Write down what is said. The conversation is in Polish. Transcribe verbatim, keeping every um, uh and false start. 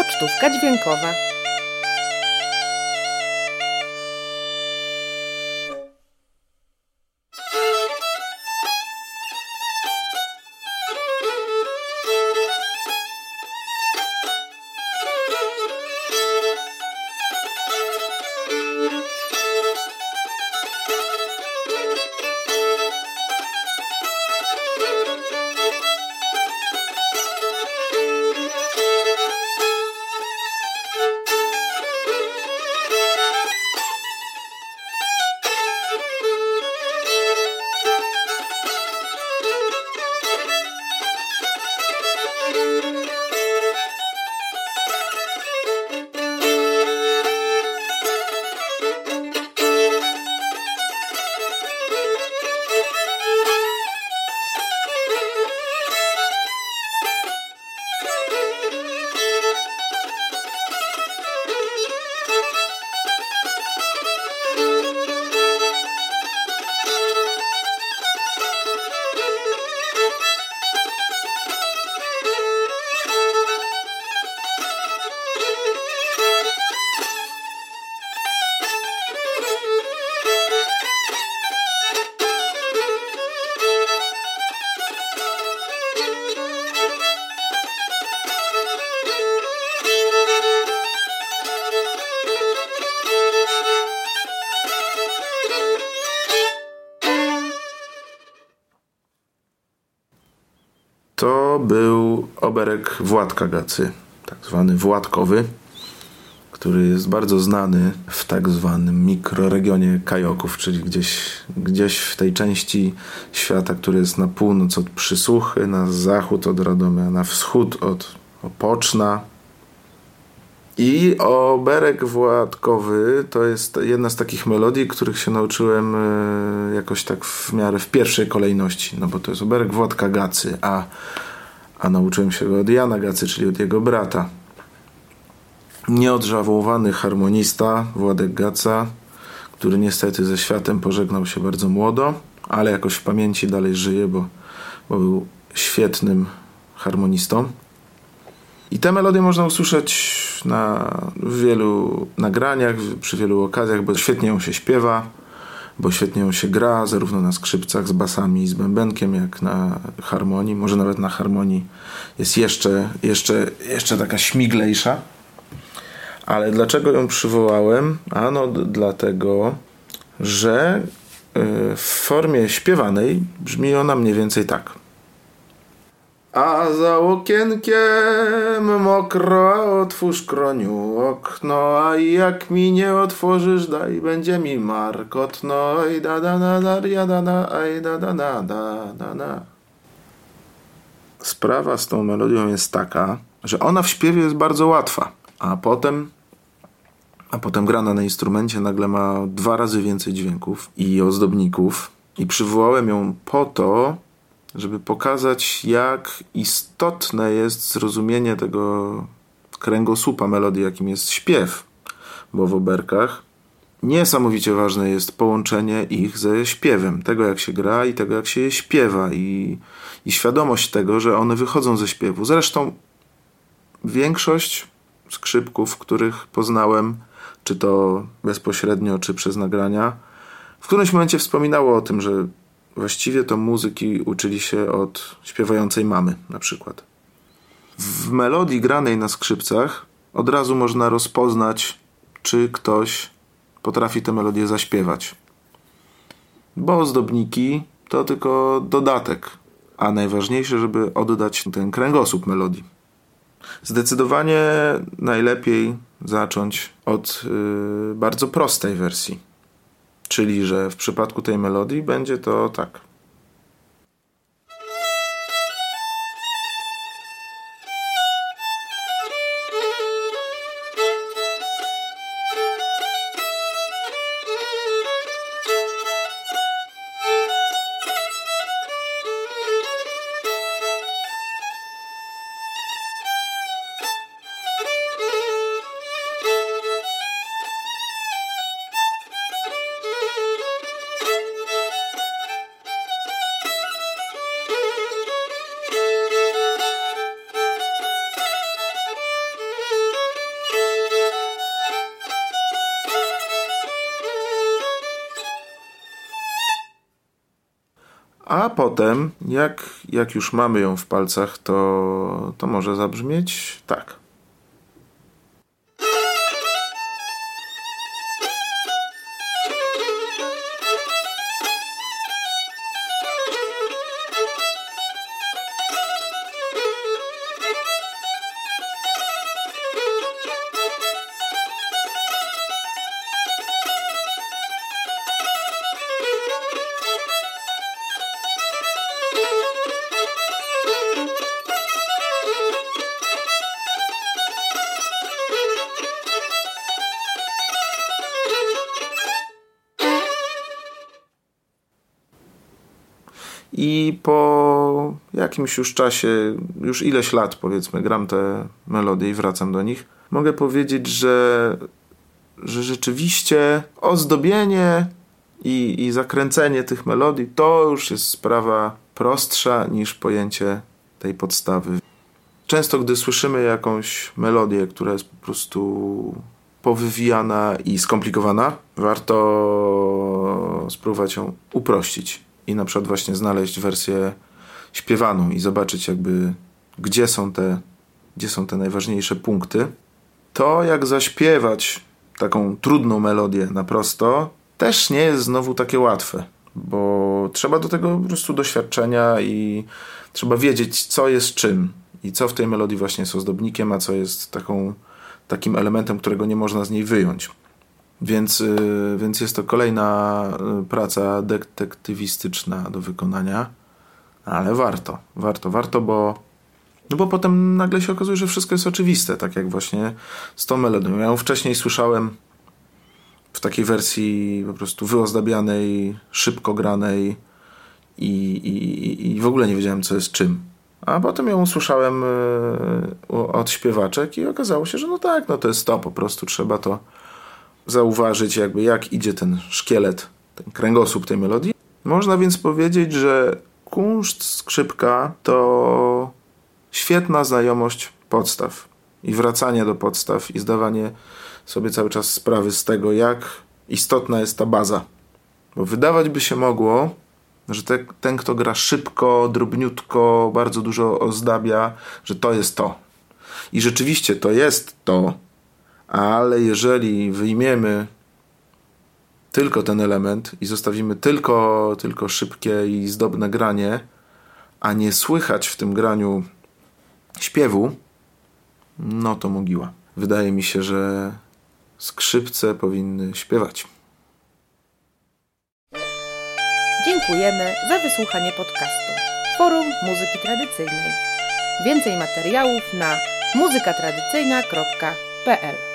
Pocztówka dźwiękowa. To był oberek Władka Gacy, tak zwany Władkowy, który jest bardzo znany w tak zwanym mikroregionie Kajoków, czyli gdzieś, gdzieś w tej części świata, który jest na północ od Przysuchy, na zachód od Radomia, na wschód od Opoczna. I oberek Władkowy to jest jedna z takich melodii, których się nauczyłem jakoś tak w miarę w pierwszej kolejności, no bo to jest oberek Władka Gacy, a, a nauczyłem się go od Jana Gacy, czyli od jego brata. Nieodżałowany harmonista Władek Gaca, który niestety ze światem pożegnał się bardzo młodo, ale jakoś w pamięci dalej żyje, bo, bo był świetnym harmonistą. I tę melodię można usłyszeć na wielu nagraniach, przy wielu okazjach, bo świetnie ją się śpiewa, bo świetnie ją się gra, zarówno na skrzypcach z basami i z bębenkiem, jak na harmonii. Może nawet na harmonii jest jeszcze, jeszcze, jeszcze taka śmiglejsza. Ale dlaczego ją przywołałem? Ano d- dlatego, że yy, w formie śpiewanej brzmi ona mniej więcej tak. A za okienkiem mokro, otwórz kroniu okno, a jak mi nie otworzysz, daj, będzie mi markotno, ej da da da da ja da da, ej da da da da da da. Sprawa z tą melodią jest taka, że ona w śpiewie jest bardzo łatwa, a potem a potem grana na instrumencie nagle ma dwa razy więcej dźwięków i ozdobników. I przywołałem ją po to, żeby pokazać, jak istotne jest zrozumienie tego kręgosłupa melodii, jakim jest śpiew. Bo w oberkach niesamowicie ważne jest połączenie ich ze śpiewem. Tego, jak się gra i tego, jak się je śpiewa. I, i świadomość tego, że one wychodzą ze śpiewu. Zresztą większość skrzypków, których poznałem, czy to bezpośrednio, czy przez nagrania, w którymś momencie wspominało o tym, że właściwie to muzyki uczyli się od śpiewającej mamy, na przykład. W melodii granej na skrzypcach od razu można rozpoznać, czy ktoś potrafi tę melodię zaśpiewać. Bo ozdobniki to tylko dodatek, a najważniejsze, żeby oddać ten kręgosłup melodii. Zdecydowanie najlepiej zacząć od yy, bardzo prostej wersji. Czyli, że w przypadku tej melodii będzie to tak. potem, jak, jak już mamy ją w palcach, to, to może zabrzmieć tak. I po jakimś już czasie, już ileś lat powiedzmy, gram te melodie i wracam do nich, mogę powiedzieć, że, że rzeczywiście ozdobienie i, i zakręcenie tych melodii to już jest sprawa prostsza niż pojęcie tej podstawy. Często gdy słyszymy jakąś melodię, która jest po prostu powywijana i skomplikowana, warto spróbować ją uprościć. I na przykład właśnie znaleźć wersję śpiewaną i zobaczyć jakby gdzie są te, gdzie są te najważniejsze punkty. To jak zaśpiewać taką trudną melodię na prosto też nie jest znowu takie łatwe, bo trzeba do tego po prostu doświadczenia i trzeba wiedzieć co jest czym i co w tej melodii właśnie jest ozdobnikiem, a co jest taką, takim elementem, którego nie można z niej wyjąć. Więc, yy, więc jest to kolejna yy, praca detektywistyczna do wykonania, ale warto, warto, warto, bo, no bo potem nagle się okazuje, że wszystko jest oczywiste, tak jak właśnie z tą melodią. Ja ją wcześniej słyszałem w takiej wersji po prostu wyozdabianej, szybko granej i, i, i w ogóle nie wiedziałem, co jest czym. A potem ją usłyszałem yy, od śpiewaczek i okazało się, że no tak, no to jest to, po prostu trzeba to zauważyć jakby jak idzie ten szkielet, ten kręgosłup tej melodii. Można więc powiedzieć, że kunszt skrzypka to świetna znajomość podstaw i wracanie do podstaw i zdawanie sobie cały czas sprawy z tego, jak istotna jest ta baza. Bo wydawać by się mogło, że te, ten, kto gra szybko, drobniutko, bardzo dużo ozdabia, że to jest to. I rzeczywiście to jest to, ale jeżeli wyjmiemy tylko ten element i zostawimy tylko, tylko szybkie i zdobne granie, a nie słychać w tym graniu śpiewu, no to mogiła. Wydaje mi się, że skrzypce powinny śpiewać. Dziękujemy za wysłuchanie podcastu Forum Muzyki Tradycyjnej. Więcej materiałów na muzyka tradycyjna kropka p l.